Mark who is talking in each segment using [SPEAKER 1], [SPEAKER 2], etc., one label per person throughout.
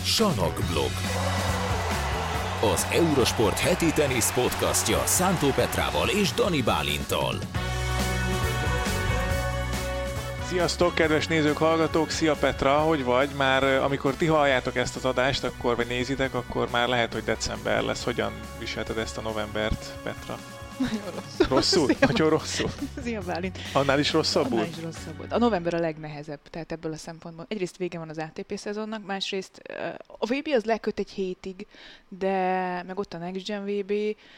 [SPEAKER 1] Sanokblog. Az Eurosport heti tenisz podcastja Szántó Petrával és Dani Bálinttal.
[SPEAKER 2] Sziasztok, kedves nézők, hallgatók! Szia Petra, hogy vagy? Már amikor ti halljátok ezt az adást, akkor vagy nézitek, akkor már lehet, hogy december lesz. Hogyan viselted ezt a novembert, Petra?
[SPEAKER 3] Nagyon rosszul.
[SPEAKER 2] Rosszul?
[SPEAKER 3] Szia.
[SPEAKER 2] Nagyon rosszul?
[SPEAKER 3] Szia Bálint.
[SPEAKER 2] Annál is rosszabbul?
[SPEAKER 3] Annál is rosszabbul. A november a legnehezebb, tehát ebből a szempontból. Egyrészt vége van az ATP szezonnak, másrészt a VB az leköt egy hétig, de meg ott a Next Gen VB,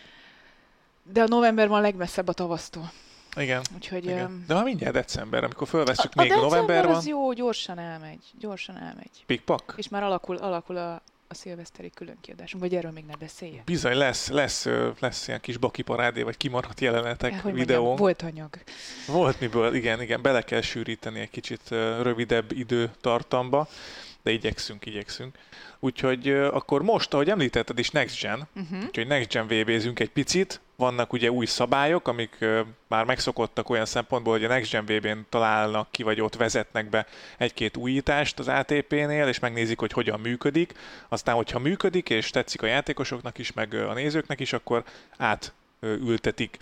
[SPEAKER 3] de a november van a legmesszebb a tavasztól.
[SPEAKER 2] Igen.
[SPEAKER 3] Úgyhogy,
[SPEAKER 2] igen. De már mindjárt december, amikor fölvesszük,
[SPEAKER 3] a
[SPEAKER 2] még november van.
[SPEAKER 3] Az jó, gyorsan elmegy.
[SPEAKER 2] Pikpak?
[SPEAKER 3] És már alakul a szilveszteri különkiadásunk, vagy erről még ne beszélje.
[SPEAKER 2] Bizony, lesz ilyen kis bakiparádé, vagy kimaradt jelenetek,
[SPEAKER 3] Hogy
[SPEAKER 2] videónk.
[SPEAKER 3] mondjam, volt anyag.
[SPEAKER 2] Volt miből, igen, bele kell sűríteni egy kicsit rövidebb időtartamba, de igyekszünk. Úgyhogy akkor most, ahogy említetted is, Next Gen, úgyhogy Next Gen VB-zünk egy picit. Vannak ugye új szabályok, amik már megszokottak olyan szempontból, hogy a Next Gen VB-n találnak ki, vagy ott vezetnek be egy-két újítást az ATP-nél, és megnézik, hogy hogyan működik. Aztán, hogyha működik, és tetszik a játékosoknak is, meg a nézőknek is, akkor átültetik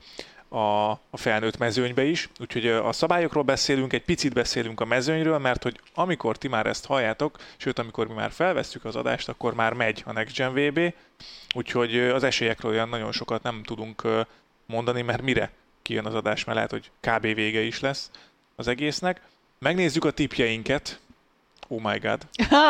[SPEAKER 2] a felnőtt mezőnybe is. Úgyhogy a szabályokról beszélünk, egy picit beszélünk a mezőnyről, mert hogy amikor ti már ezt halljátok, sőt amikor mi már felvesszük az adást, akkor már megy a Next Gen VB, úgyhogy az esélyekről olyan nagyon sokat nem tudunk mondani, mert mire kijön az adás, mert lehet, hogy kb. Vége is lesz az egésznek. Megnézzük a tippjeinket. Oh my god.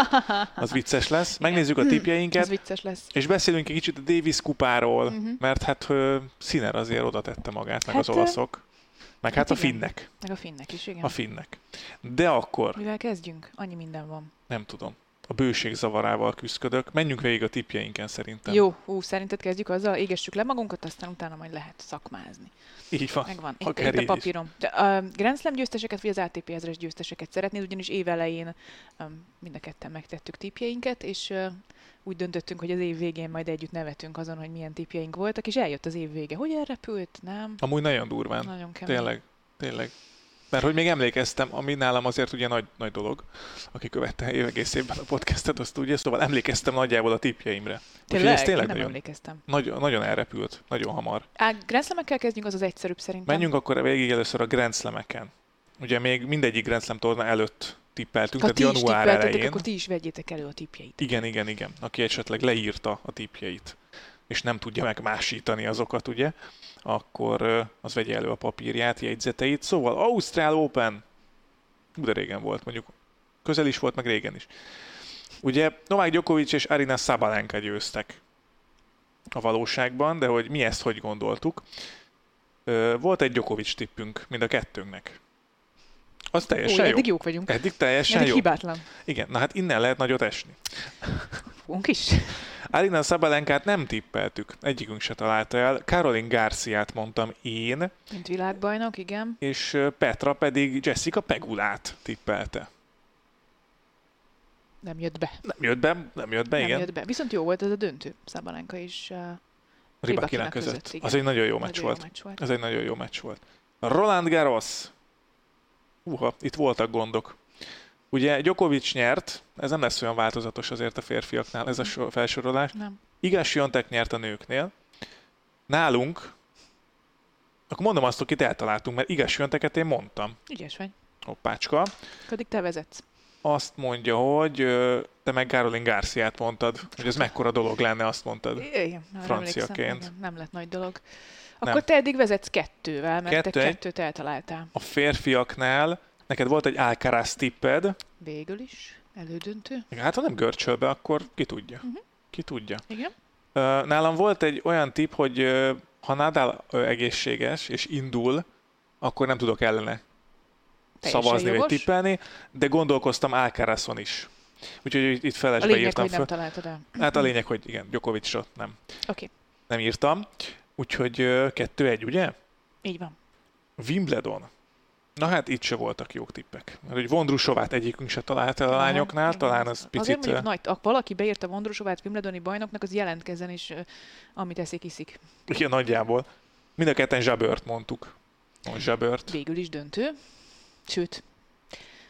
[SPEAKER 2] Az vicces lesz. Megnézzük a tippjeinket.
[SPEAKER 3] Az vicces lesz.
[SPEAKER 2] És beszélünk egy kicsit a Davis kupáról, mert hát Sinner azért oda tette magát, meg az olaszok. Meg hát a finnek.
[SPEAKER 3] Meg a finnek is, igen.
[SPEAKER 2] A finnek. De akkor...
[SPEAKER 3] Mivel kezdjünk? Annyi minden van.
[SPEAKER 2] Nem tudom. A bőség zavarával küzdködök. Menjünk végig a tippjeinken szerintem.
[SPEAKER 3] Jó, szerinted kezdjük azzal, égessük le magunkat, aztán utána majd lehet szakmázni.
[SPEAKER 2] Így van.
[SPEAKER 3] Megvan. Itt a papírom. De a Grand Slam győzteseket, vagy az ATP 1000-es győzteseket szeretnéd, ugyanis évelején mind a ketten megtettük tippjeinket, és úgy döntöttünk, hogy az év végén majd együtt nevetünk azon, hogy milyen tippjeink voltak, és eljött az év vége. Hogy elrepült? Nem?
[SPEAKER 2] Amúgy nagyon durván.
[SPEAKER 3] Nagyon kemény.
[SPEAKER 2] Tényleg. Mert hogy még emlékeztem, ami nálam azért ugye nagy dolog, aki követte egész évben a podcastet, azt ugye, szóval emlékeztem nagyjából a tippjeimre.
[SPEAKER 3] Tényleg?
[SPEAKER 2] Tényleg
[SPEAKER 3] nem
[SPEAKER 2] nagyon,
[SPEAKER 3] emlékeztem.
[SPEAKER 2] Nagyon elrepült, nagyon hamar.
[SPEAKER 3] Grand Slam-ekkel kezdjünk, az egyszerűbb szerintem.
[SPEAKER 2] Menjünk akkor végig először a Grand Slam-eken. Ugye még mindegyik Grand Slam torna előtt tippeltünk,
[SPEAKER 3] ha
[SPEAKER 2] tehát január elején.
[SPEAKER 3] Akkor ti is vegyétek elő a tippjeit.
[SPEAKER 2] Igen. Aki esetleg leírta a tippjeit, és nem tudja megmásítani azokat, ugye, akkor az vegye elő a papírját, jegyzeteit. Szóval Ausztrál Open, de régen volt, mondjuk közel is volt, meg régen is. Ugye Novák Djokovic és Aryna Sabalenka győztek a valóságban, de hogy mi ezt hogy gondoltuk. Volt egy Djokovic tippünk, mind a kettőnknek. Az teljesen jó.
[SPEAKER 3] Eddig jók vagyunk.
[SPEAKER 2] Eddig teljesen jó.
[SPEAKER 3] Hibátlan.
[SPEAKER 2] Igen, na hát innen lehet nagyot esni.
[SPEAKER 3] Fogunk is.
[SPEAKER 2] Aryna Sabalenkát nem tippeltük, egyikünk se találta el. Caroline Garciát mondtam én.
[SPEAKER 3] Mint világbajnok, igen.
[SPEAKER 2] És Petra pedig Jessica Pegulát tippelte.
[SPEAKER 3] Nem jött be.
[SPEAKER 2] Nem jött be.
[SPEAKER 3] Viszont jó volt ez a döntő. Sabalenka és
[SPEAKER 2] Rybakina között. Az egy nagyon jó meccs volt. Ez egy nagyon jó meccs volt. Roland Garros. Itt voltak gondok. Ugye Djokovic nyert, ez nem lesz olyan változatos azért a férfiaknál, ez a felsorolás.
[SPEAKER 3] Nem.
[SPEAKER 2] Iga Swiatek nyert a nőknél. Nálunk, akkor mondom azt, akit eltaláltunk, mert Iga Swiateket én mondtam.
[SPEAKER 3] Ügyes vagy.
[SPEAKER 2] Hoppácska.
[SPEAKER 3] Addig te vezetsz.
[SPEAKER 2] Azt mondja, hogy te meg Caroline Garciát mondtad, hogy ez mekkora dolog lenne, azt mondtad.
[SPEAKER 3] Igen,
[SPEAKER 2] franciaként.
[SPEAKER 3] Nem lett nagy dolog. Akkor te eddig vezetsz 2-vel, mert te 2-t eltaláltál.
[SPEAKER 2] A férfiaknál neked volt egy Alcaraz tipped.
[SPEAKER 3] Végül is. Elődöntő.
[SPEAKER 2] Hát ha nem görcsöl be, akkor ki tudja. Ki tudja.
[SPEAKER 3] Igen.
[SPEAKER 2] Nálam volt egy olyan tipp, hogy ha Nadal egészséges és indul, akkor nem tudok ellene szavazni vagy tippelni, de gondolkoztam Alcarazon is. Úgyhogy itt felesbe írtam
[SPEAKER 3] hogy nem találtad el.
[SPEAKER 2] Hát a lényeg, hogy igen, Djokovicot nem.
[SPEAKER 3] Oké.
[SPEAKER 2] Nem írtam. Úgyhogy 2-1, ugye?
[SPEAKER 3] Így van.
[SPEAKER 2] Wimbledon. Na hát itt se voltak jó tippek. Mert hogy Vondrusovát egyikünk se talált el a lányoknál, talán az picit...
[SPEAKER 3] Azért mondjuk valaki beírta Vondrusovát Wimbledoni bajnoknak, az jelentkezzen is, amit eszik-iszik.
[SPEAKER 2] Igen, nagyjából. Mind a ketten Jabört mondtuk. Jabört.
[SPEAKER 3] Végül is döntő. Sőt,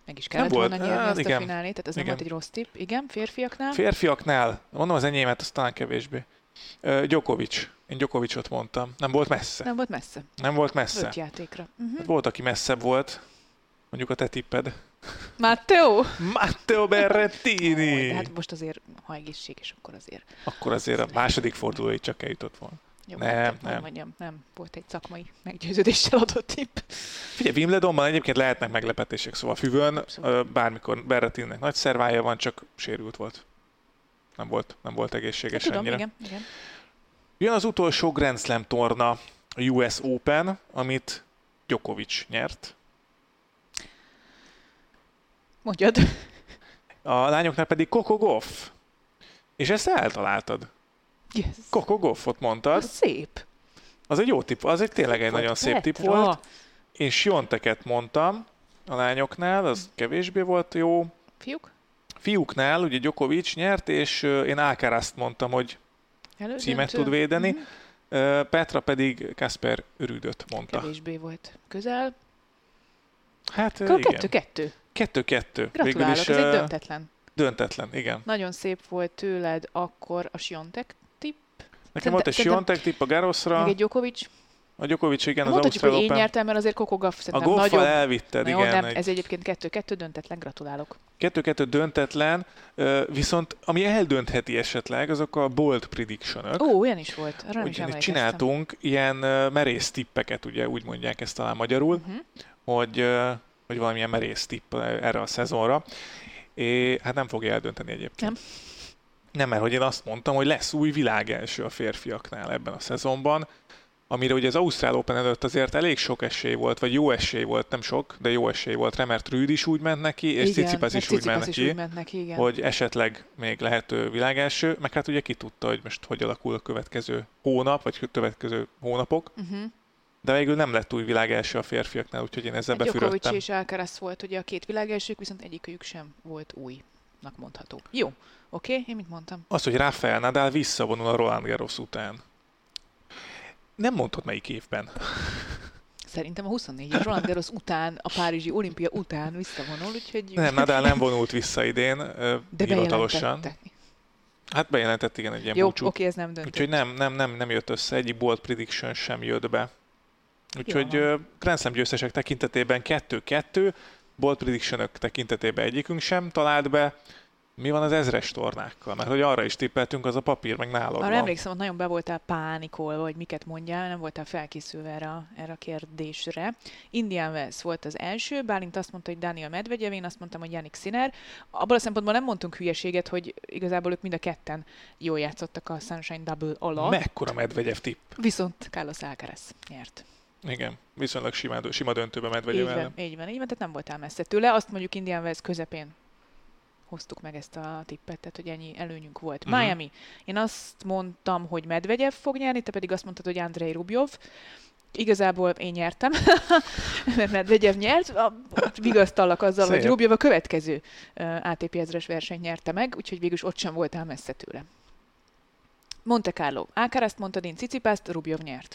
[SPEAKER 3] Meg is kellett volna nyerni ezt a finálét, tehát ez nem volt egy rossz tipp. Igen, férfiaknál?
[SPEAKER 2] Férfiaknál, mondom az enyémet, az talán kevésbé. Djokovic. Én Djokovicot mondtam. Nem volt messze.
[SPEAKER 3] Nem volt messze.
[SPEAKER 2] 5
[SPEAKER 3] játékra.
[SPEAKER 2] Volt, aki messzebb volt. Mondjuk a te tipped.
[SPEAKER 3] Matteo
[SPEAKER 2] Berrettini.
[SPEAKER 3] De hát most azért, ha egészséges,
[SPEAKER 2] akkor azért a második fordulóig csak eljutott volna.
[SPEAKER 3] Jó, nem volt egy szakmai meggyőződéssel adott tipp.
[SPEAKER 2] Figyelj, Wimbledonban egyébként lehetnek meglepetések, szóval Füvön bármikor Berrettininek nagy szervája van, csak sérült volt. Nem volt egészséges annyira.
[SPEAKER 3] Igen.
[SPEAKER 2] Jön az utolsó Grand Slam torna, a US Open, amit Djokovic nyert.
[SPEAKER 3] Mondjad.
[SPEAKER 2] A lányoknál pedig Coco Gauff. És ezt eltaláltad.
[SPEAKER 3] Yes.
[SPEAKER 2] Coco Gauffot mondtad.
[SPEAKER 3] Az szép.
[SPEAKER 2] Az egy jó tipp, az egy tényleg egy nagyon szép tipp volt. És Swiateket mondtam a lányoknál, az kevésbé volt jó. Fiúknál ugye Djokovic nyert, és én Alcarazt mondtam, hogy címet tud védeni. Petra pedig Kasper Rüdöt mondta.
[SPEAKER 3] Kevésbé volt közel.
[SPEAKER 2] Hát igen.
[SPEAKER 3] 2-2.
[SPEAKER 2] 2-2.
[SPEAKER 3] Gratulálok, ez egy döntetlen.
[SPEAKER 2] Döntetlen, igen.
[SPEAKER 3] Nagyon szép volt tőled akkor a Swiatek tipp.
[SPEAKER 2] Nekem volt egy Swiatek tipp a Garrosra.
[SPEAKER 3] Meg egy Djokovic.
[SPEAKER 2] A Djokovic, igen, az
[SPEAKER 3] Ausztrál Open. Hogy én nyertem, mert azért Coco Gauff szerintem
[SPEAKER 2] nagyobb. A Gauffal
[SPEAKER 3] nagyobb.
[SPEAKER 2] elvitted,
[SPEAKER 3] jó,
[SPEAKER 2] igen.
[SPEAKER 3] Nem, ez egyébként 2-2 döntetlen, gratulálok.
[SPEAKER 2] 2-2 döntetlen, viszont ami eldöntheti esetleg, azok a bold prediction-ök.
[SPEAKER 3] Olyan is volt, arra is emlékeztem.
[SPEAKER 2] Csináltunk ilyen merész tippeket, ugye úgy mondják ezt talán magyarul, hogy valamilyen merész tipp erre a szezonra. Hát nem fogja eldönteni egyébként. Nem, mert hogy én azt mondtam, hogy lesz új világelső a férfiaknál ebben a szezonban, amire ugye az Ausztrál Open előtt azért elég sok esély volt, vagy jó esély volt, nem sok, de jó esély volt rá, mert Rüd is úgy ment neki, és Tsitsipas is úgy ment neki, hogy esetleg még lehető világelső, meg hát ugye ki tudta, hogy most hogy alakul a következő hónap, vagy következő hónapok, de végül nem lett új világelső a férfiaknál, úgyhogy én ezzel befürödtem.
[SPEAKER 3] Djokovic és Alcaraz volt ugye a két világelsők, viszont egyikőjük sem volt újnak mondható. Jó, oké, én mit mondtam?
[SPEAKER 2] Az, hogy Rafael Nadal visszavonul a Roland Garros után. Nem mondtad melyik évben.
[SPEAKER 3] Szerintem a 24-es Roland Garros után, a Párizsi olimpia után visszavonul, úgyhogy...
[SPEAKER 2] Nem, Nadal nem vonult vissza idén,
[SPEAKER 3] de
[SPEAKER 2] hivatalosan. Hát bejelentett, igen, egy ilyen
[SPEAKER 3] jó,
[SPEAKER 2] búcsút.
[SPEAKER 3] Oké, ez nem döntött.
[SPEAKER 2] Úgyhogy nem jött össze, egyik bold prediction sem jött be. Úgyhogy Grand Slam győztesek tekintetében 2-2, bold prediction-ök tekintetében egyikünk sem talált be. Mi van az ezres tornákkal? Mert hogy arra is tippeltünk, az a papír meg nálad van.
[SPEAKER 3] Emlékszem, hogy nagyon be voltál pánikolva, vagy miket mondjál, nem voltál felkészülve erre a kérdésre. Indian Wells volt az első, Bálint azt mondta, hogy Daniel Medvegyev, én azt mondtam, hogy Jannik Sinner. Abban a szempontból nem mondtunk hülyeséget, hogy igazából ők mind a ketten jól játszottak a Sunshine Double alatt.
[SPEAKER 2] Mekkora Medvegyev tipp?
[SPEAKER 3] Viszont Carlos Alcaraz nyert.
[SPEAKER 2] Igen, viszonylag sima döntőben Medvegyev ellen.
[SPEAKER 3] Így van, tehát nem voltál messze tőle. Azt mondjuk Indian Wells közepén hoztuk meg ezt a tippet, tehát hogy ennyi előnyünk volt. Miami. Én azt mondtam, hogy Medvegyev fog nyerni, te pedig azt mondtad, hogy Andrei Rublev. Igazából én nyertem, mert Medvegyev nyert. Vigasztallak azzal, hogy Rublev a következő ATP 1000-es versenyt nyerte meg, úgyhogy végülis ott sem voltál messze tőle. Monte Carlo. Alcarazt mondtad, én Tsitsipast, Rublev nyert.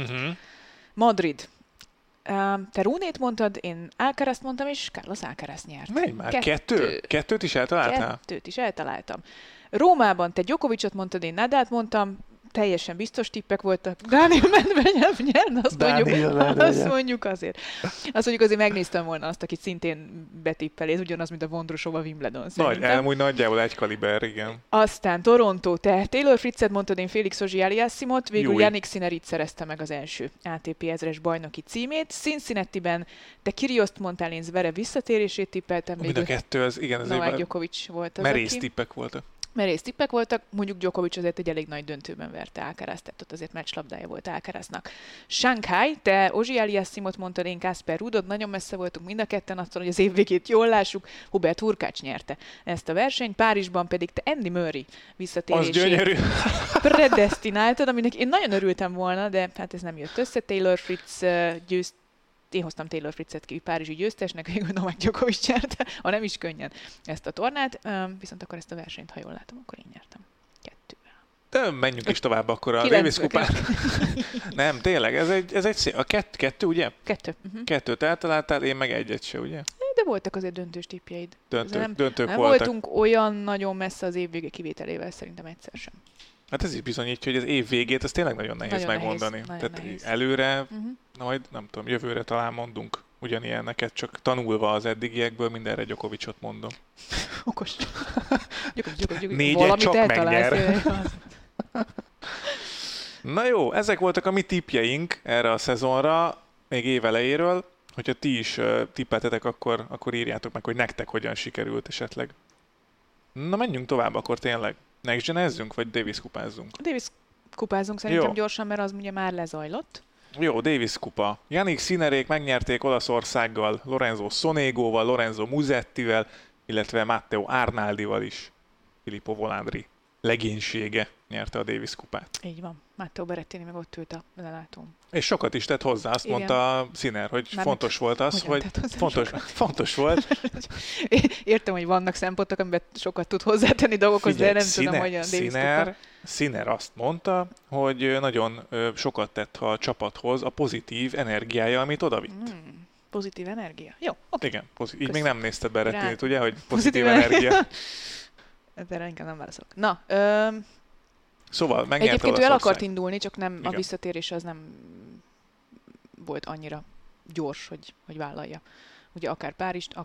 [SPEAKER 3] Madrid. Te Runét mondtad, én Alcarazt mondtam, és Carlos Alcaraz nyert.
[SPEAKER 2] Menj már, kettőt is eltaláltál?
[SPEAKER 3] Kettőt is eltaláltam. Rómában te Djokovicot mondtad, én Nadalt mondtam, teljesen biztos tippek voltak. Daniel Medvegyev nyert, azt mondjuk azért. Azt mondjuk azért megnéztem volna azt, akit szintén betippel, ez ugyanaz, mint a Vondrousova Wimbledon.
[SPEAKER 2] Nagyjából egy kaliber, igen.
[SPEAKER 3] Aztán Toronto, te Taylor Fritzet mondtad, én Félix Auger-Aliassimot, végül Jannik Sinner itt szerezte meg az első ATP 1000-es bajnoki címét. Cincinnati-ben te Kyrgioszt mondtál, én Zverev visszatérését tippeltem.
[SPEAKER 2] Mind a kettő, az igen,
[SPEAKER 3] Novák Djokovic volt az,
[SPEAKER 2] merész tippek voltak.
[SPEAKER 3] Merész tippek voltak, mondjuk Djokovic azért egy elég nagy döntőben verte Alcarazt, tehát ott azért meccslabdája volt Alcaraznak. Shanghai, te Auger-Aliassimot mondtad, én Kasper Rudot, nagyon messze voltunk mind a ketten attól, hogy az év végét jól lássuk, Hubert Hurkacz nyerte ezt a versenyt, Párizsban pedig te Andy Murray visszatérését predestináltad, aminek én nagyon örültem volna, de hát ez nem jött össze. Taylor Fritz győzt. Én hoztam Taylor Fritzet ki párizsi győztesnek, végül Novák Djokovic nyerte, ha nem is könnyen ezt a tornát, viszont akkor ezt a versenyt, ha jól látom, akkor én nyertem 2-vel.
[SPEAKER 2] De menjünk is tovább akkor a Davis kupán. Nem, tényleg, ez egy szép. A kettő, ugye?
[SPEAKER 3] Kettő.
[SPEAKER 2] Kettőt eltaláltál, én meg egyet se, ugye?
[SPEAKER 3] De de voltak azért döntős tippjeid.
[SPEAKER 2] Döntők
[SPEAKER 3] nem
[SPEAKER 2] voltak.
[SPEAKER 3] voltunk olyan nagyon messze az év vége kivételével, szerintem egyszer sem.
[SPEAKER 2] Hát ez is bizonyítja, hogy az év végét, ez tényleg nagyon nehéz
[SPEAKER 3] Nagyon
[SPEAKER 2] megmondani.
[SPEAKER 3] nehéz,
[SPEAKER 2] Tehát
[SPEAKER 3] nehéz.
[SPEAKER 2] előre, majd nem tudom, jövőre talán mondunk ugyanilyeneket, csak tanulva az eddigiekből mindenre Djokovicot mondom.
[SPEAKER 3] Okos.
[SPEAKER 2] Négyet csak megnyer. Na jó, ezek voltak a mi tippjeink erre a szezonra, még évelejéről. Hogyha ti is tippeltetek, akkor írjátok meg, hogy nektek hogyan sikerült esetleg. Na menjünk tovább akkor tényleg. Next Gen-ezzünk, vagy Davis kupázzunk?
[SPEAKER 3] Davis kupázunk szerintem
[SPEAKER 2] Jó.
[SPEAKER 3] gyorsan, mert az ugye már lezajlott.
[SPEAKER 2] Jó, Davis kupa. Jannik Sinnerék megnyerték Olaszországgal, Lorenzo Sonégóval, Lorenzo Musettivel, illetve Matteo Arnaldival is. Filippo Volandri legénysége nyerte a Davis kupát.
[SPEAKER 3] Így van. Matteo Berrettini meg ott ült a lelátón.
[SPEAKER 2] És sokat is tett hozzá, azt
[SPEAKER 3] Igen.
[SPEAKER 2] mondta Sinner, hogy
[SPEAKER 3] Mármint
[SPEAKER 2] fontos volt az,
[SPEAKER 3] hogyan
[SPEAKER 2] hogy
[SPEAKER 3] tett hozzá
[SPEAKER 2] fontos volt.
[SPEAKER 3] Értem, hogy vannak szempontok, amiben sokat tud hozzátenni dolgokhoz, de nem tudom, hogy a Davis kupa.
[SPEAKER 2] Sinner azt mondta, hogy nagyon sokat tett a csapathoz a pozitív energiája, amit odavitt.
[SPEAKER 3] Pozitív energia. Jó, oké.
[SPEAKER 2] Igen, így még nem nézted Berrettinit, ugye, hogy pozitív
[SPEAKER 3] Pozitív
[SPEAKER 2] energia.
[SPEAKER 3] Erre inkább nem válaszolok. Na,
[SPEAKER 2] Szóval megnyerte
[SPEAKER 3] egyébként ő el
[SPEAKER 2] Olaszország.
[SPEAKER 3] akart indulni, csak nem, a
[SPEAKER 2] Igen.
[SPEAKER 3] visszatérés az nem volt annyira gyors, hogy vállalja. Ugye akár Párizst,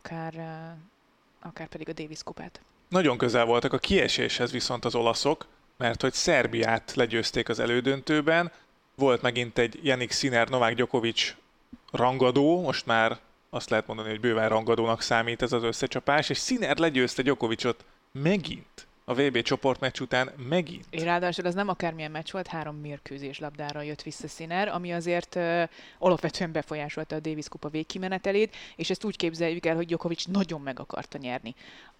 [SPEAKER 3] akár pedig a Davis kupát.
[SPEAKER 2] Nagyon közel voltak a kieséshez viszont az olaszok, mert hogy Szerbiát legyőzték az elődöntőben, volt megint egy Jannik Sinner, Novák Djokovic rangadó, most már azt lehet mondani, hogy bőven rangadónak számít ez az összecsapás, és Sinner legyőzte Djokovicot megint. A VB csoportmeccs után megint.
[SPEAKER 3] És ráadásul az nem akármilyen meccs volt, 3 mérkőzés labdára jött vissza Sinner, ami azért alapvetően befolyásolta a Davis kupa végkimenetelét, és ezt úgy képzeljük el, hogy Djokovic nagyon meg akarta nyerni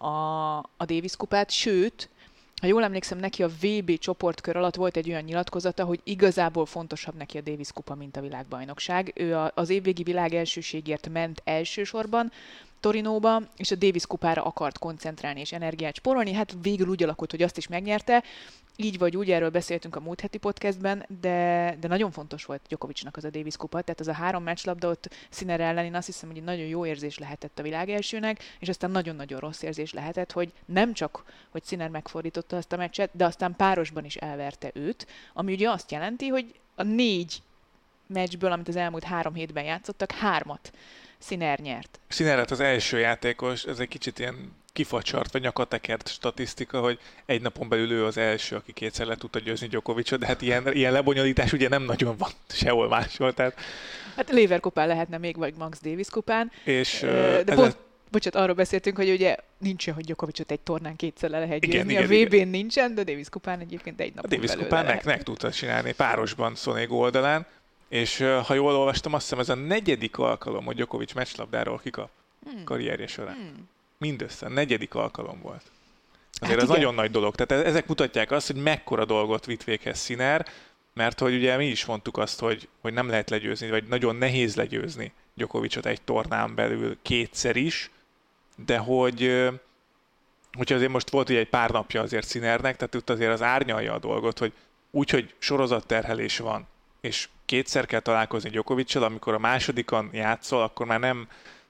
[SPEAKER 3] a Davis kupát, sőt, ha jól emlékszem, neki a VB csoportkör alatt volt egy olyan nyilatkozata, hogy igazából fontosabb neki a Davis kupa, mint a világbajnokság. Ő az évvégi világ elsőségért ment elsősorban Torinóba, és a Davis kupára akart koncentrálni és energiát spórolni. Hát végül úgy alakult, hogy azt is megnyerte. Így vagy úgy, erről beszéltünk a múlt heti podcastben, de nagyon fontos volt Djokovicnak az a Davis kupa. Tehát az a 3 meccslabda ott Sinner ellen, én azt hiszem, hogy egy nagyon jó érzés lehetett a világ elsőnek, és aztán nagyon-nagyon rossz érzés lehetett, hogy nem csak, hogy Sinner megfordította azt a meccset, de aztán párosban is elverte őt, ami ugye azt jelenti, hogy a 4 meccsből, amit az elmúlt 3 hétben játszottak, 3-at Sinner nyert.
[SPEAKER 2] Sinner lett az első játékos, ez egy kicsit ilyen kifacsart vagy nyakatekert statisztika, hogy egy napon belül ő az első, aki 2-szer le tudta győzni Djokovicot, de hát ilyen lebonyolítás ugye nem nagyon van sehol máshol. Tehát...
[SPEAKER 3] Hát Lever kupán lehetne még, vagy Max Davis kupán.
[SPEAKER 2] És,
[SPEAKER 3] de bocsánat, arról beszéltünk, hogy ugye nincsen, hogy Djokovicot egy tornán 2-szer le lehet győzni.
[SPEAKER 2] Igen,
[SPEAKER 3] a VB-n nincsen, de Davis kupán egyébként egy napon belül.
[SPEAKER 2] A Davis kupán meg tudta csinálni párosban Sonego oldalán, és ha jól olvastam, azt hiszem ez a 4. alkalom, hogy Djokovic meccslabdáról kikap karrierje során. Mindössze 4. alkalom volt. Azért hát ez nagyon nagy dolog. Tehát ezek mutatják azt, hogy mekkora dolgot vitt véghez Sinner, mert hogy ugye mi is mondtuk azt, hogy nem lehet legyőzni, vagy nagyon nehéz legyőzni Djokovicot egy tornán belül 2-szer is, de hogyha azért most volt ugye egy pár napja azért Sinnernek, tehát itt azért az árnyalja a dolgot, hogy úgy, hogy sorozatterhelés van, és 2-szer kell találkozni Djokoviccal, amikor a másodikon játszol, akkor már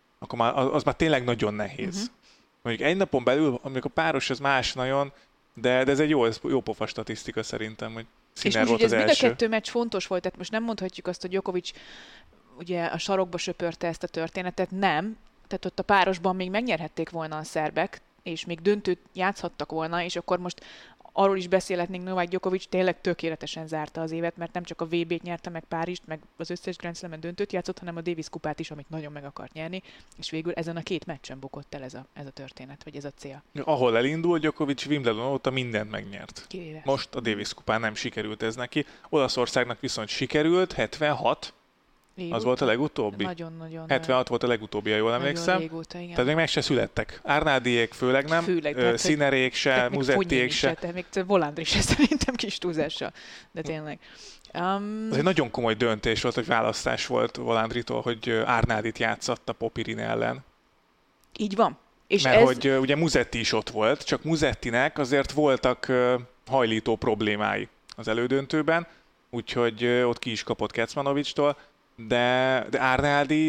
[SPEAKER 2] az már tényleg nagyon nehéz. Mondjuk egy napon belül, amikor páros, ez más nagyon, de ez egy jó pofa statisztika szerintem, hogy Sinner volt az első. És
[SPEAKER 3] mind a 2 meccs fontos volt, tehát most nem mondhatjuk azt, hogy Djokovic ugye a sarokba söpörte ezt a történetet, nem. Tehát ott a párosban még megnyerhették volna a szerbek, és még döntőt játszhattak volna, és akkor most arról is beszélhetnénk, Novák Djokovic tényleg tökéletesen zárta az évet, mert nem csak a VB-t nyerte meg Párizst, meg az összes Grand Slam-en döntőt játszott, hanem a Davis kupát is, amit nagyon meg akart nyerni, és végül ezen a 2 meccsen bukott el ez a történet, vagy ez a cél.
[SPEAKER 2] Ahol elindult, Djokovic Wimbledon óta mindent megnyert.
[SPEAKER 3] Kivéve.
[SPEAKER 2] Most a Davis kupán nem sikerült ez neki. Olaszországnak viszont sikerült, 76, az volt a legutóbbi?
[SPEAKER 3] Nagyon-nagyon.
[SPEAKER 2] 76 volt a legutóbbi, ha jól emlékszem.
[SPEAKER 3] Régóta, igen.
[SPEAKER 2] Tehát még meg se születtek. Arnaldiék főleg nem, Sinnerék se, Musettiék se.
[SPEAKER 3] Még Volandri se szerintem kis túlzással, de tényleg.
[SPEAKER 2] Ez egy nagyon komoly döntés volt, hogy választás volt Volandritól, hogy Arnaldit játszatta Popirin ellen.
[SPEAKER 3] Így van. És
[SPEAKER 2] mert hogy ugye Musetti is ott volt, csak Musettinek azért voltak hajlító problémái az elődöntőben, úgyhogy ott ki is kapott Kecmanovictól, de Arnaldi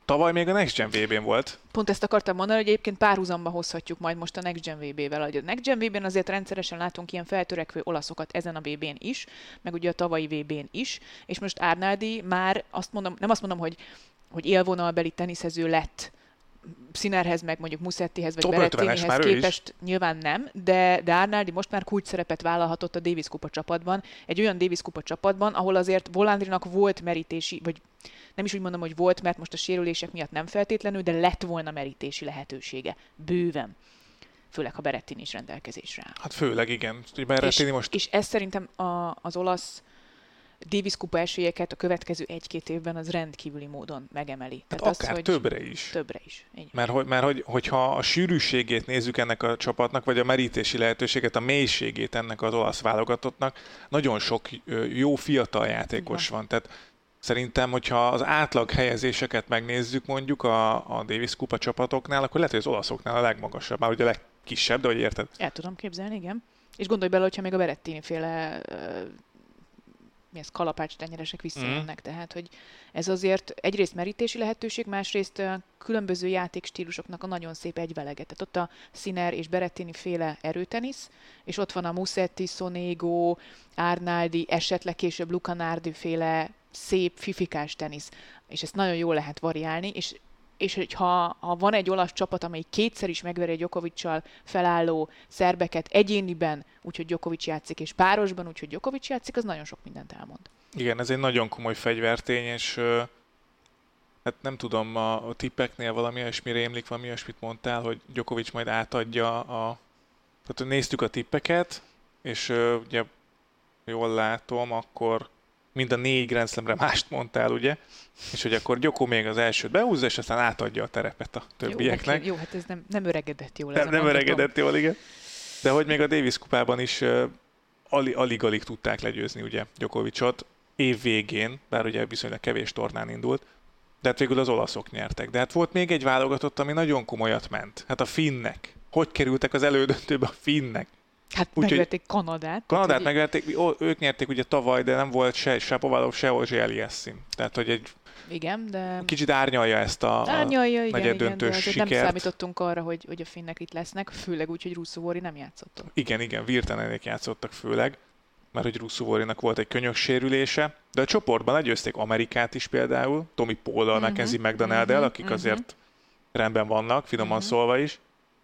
[SPEAKER 2] Tavaly még a Next Gen VB-n volt.
[SPEAKER 3] Pont ezt akartam mondani, hogy egyébként párhuzamba hozhatjuk majd most a Next Gen VB-vel. A Next Gen VB-n azért rendszeresen látunk ilyen feltörekvő olaszokat ezen a VB-n is, meg ugye a tavalyi VB-n is, és most Arnaldi már nem azt mondom, hogy élvonalbeli teniszező lett Sinnerhez, meg mondjuk Musettihez, vagy Berrettinihez képest nyilván nem, de Arnaldi most már kulcs szerepet vállalhatott a Davis Kupa csapatban, egy olyan Davis Kupa csapatban, ahol azért Volandrinak volt merítési, vagy nem is úgy mondom, hogy volt, mert most a sérülések miatt nem feltétlenül, de lett volna merítési lehetősége. Bőven. Főleg, ha Berrettini is rendelkezésre áll.
[SPEAKER 2] Hát főleg, igen.
[SPEAKER 3] És ez szerintem az olasz Davis Kupa esélyeket a következő 1-2 évben az rendkívüli módon megemeli.
[SPEAKER 2] Hát tehát akár többre is.
[SPEAKER 3] Többre is.
[SPEAKER 2] Mert hogyha a sűrűségét nézzük ennek a csapatnak, vagy a merítési lehetőséget, a mélységét ennek az olasz válogatottnak, nagyon sok jó fiatal játékos van. Tehát szerintem, hogyha az átlag helyezéseket megnézzük mondjuk a Davis Kupa csapatoknál, akkor lehet, hogy az olaszoknál a legmagasabb, már ugye a legkisebb, de hogy érted?
[SPEAKER 3] El tudom képzelni, igen. És gondolj bele, hogyha még a Berrettini féle kalapács tenyeresek visszajönnek. Tehát, hogy ez azért egyrészt merítési lehetőség, másrészt különböző játékstílusoknak a nagyon szép egyvelege. Tehát ott a Sinner és Berrettini féle erőtenisz, és ott van a Musetti, Sonego, Arnaldi, esetleg később Luca Nardi féle szép fifikás tenisz. És ezt nagyon jól lehet variálni, és hogyha van egy olasz csapat, amely kétszer is megveri a Djokoviccal felálló szerbeket egyéniben, úgyhogy Djokovic játszik, és párosban, úgyhogy Djokovic játszik, az nagyon sok mindent elmond.
[SPEAKER 2] Igen, ez egy nagyon komoly fegyvertény, és hát nem tudom, a tippeknél valami olyasmi rémlik, valami olyasmit mondtál, hogy Djokovic majd átadja Tehát néztük a tippeket, és ugye jól látom, akkor mind a 4 Grand Slamre mást mondtál, ugye? És hogy akkor Djoko még az elsőt behúzza, és aztán átadja a terepet a többieknek.
[SPEAKER 3] Jó, hát ez nem öregedett jól.
[SPEAKER 2] Nem öregedett jól, igen. De hogy még a Davis kupában is alig-alig tudták legyőzni ugye Djokovicot év végén, bár ugye viszonylag kevés tornán indult, de hát végül az olaszok nyertek. De hát volt még egy válogatott, ami nagyon komolyat ment. Hát a finnek. Hogy kerültek az elődöntőbe a finnek?
[SPEAKER 3] Hát megverték Kanadát.
[SPEAKER 2] Kanadát megverték, ők nyerték ugye tavaly, de nem volt se Shapovalov, se Auger-Aliassime. Tehát, hogy egy
[SPEAKER 3] igen, de
[SPEAKER 2] kicsit árnyalja ezt a negyeddöntős sikert.
[SPEAKER 3] Nem számítottunk arra, hogy a finnek itt lesznek, főleg úgy, hogy Ruusuvuori nem játszottak.
[SPEAKER 2] Igen, Virtanenék játszottak főleg, mert hogy Ruusuvuorinak volt egy könyöksérülése, de a csoportban legyőzték Amerikát is például, Tommy Paul-dal, Mackenzie McDonald-el, akik azért rendben vannak, finoman szólva is.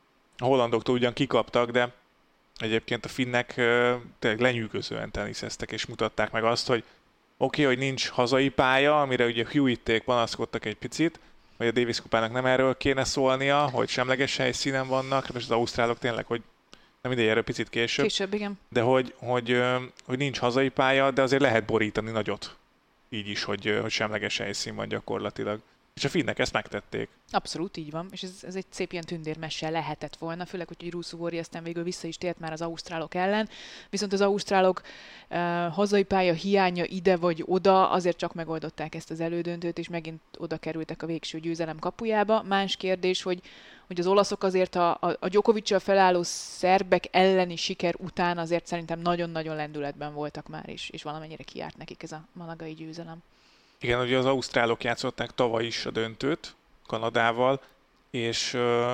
[SPEAKER 2] A hollandoktól ugyan kikaptak, de egyébként a finnek tényleg lenyűgözően teniszeztek, és mutatták meg azt, hogy oké, hogy nincs hazai pálya, amire ugye Hewitték panaszkodtak egy picit, hogy a Davis kupának nem erről kéne szólnia, hogy semleges helyszínen vannak, és az ausztrálok tényleg, hogy nem mindegy, erről picit később.
[SPEAKER 3] Később, igen.
[SPEAKER 2] De hogy nincs hazai pálya, de azért lehet borítani nagyot. Így is, hogy semleges helyszín van gyakorlatilag. És a finnek ezt megtették.
[SPEAKER 3] Abszolút így van, és ez egy szép ilyen tündérmese lehetett volna, főleg, hogy Ruusuvuori aztán végül vissza is tért már az ausztrálok ellen. Viszont az ausztrálok hazai pálya hiánya ide vagy oda, azért csak megoldották ezt az elődöntőt, és megint oda kerültek a végső győzelem kapujába. Más kérdés, hogy az olaszok azért a Djokoviccal felálló szerbek elleni siker után azért szerintem nagyon-nagyon lendületben voltak már is, és valamennyire kijárt nekik ez a malagai győzelem.
[SPEAKER 2] Igen, ugye az ausztrálok játszották tavaly is a döntőt Kanadával, és